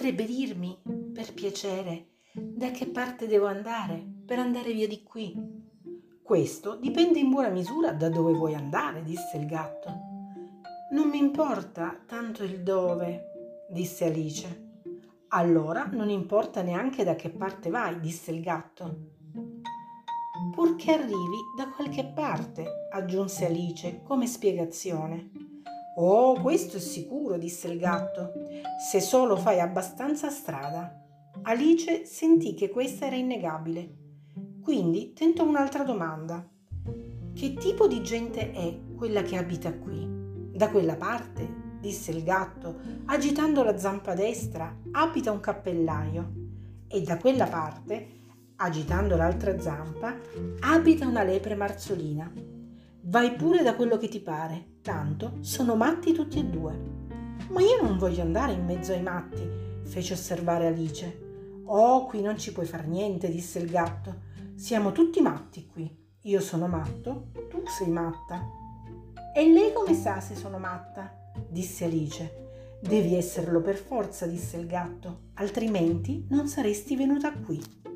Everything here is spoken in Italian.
potrebbe dirmi, per piacere, da che parte devo andare per andare via di qui? Questo dipende in buona misura da dove vuoi andare, disse il gatto. Non mi importa tanto il dove, disse Alice. Allora non importa neanche da che parte vai, disse il gatto. Purché arrivi da qualche parte, aggiunse Alice come spiegazione. Oh, questo è sicuro, disse il gatto, se solo fai abbastanza strada. Alice sentì che questa era innegabile, quindi tentò un'altra domanda. Che tipo di gente è quella che abita qui? Da quella parte, disse il gatto, agitando la zampa destra, abita un cappellaio, e da quella parte, agitando l'altra zampa, abita una lepre marzolina. Vai pure da quello che ti pare, tanto sono matti tutti e due. Ma io non voglio andare in mezzo ai matti, fece osservare Alice. Oh, qui non ci puoi far niente, disse il gatto. Siamo tutti matti qui. Io sono matto, tu sei matta. E lei come sa se sono matta? Disse Alice. Devi esserlo per forza, disse il gatto, altrimenti non saresti venuta qui.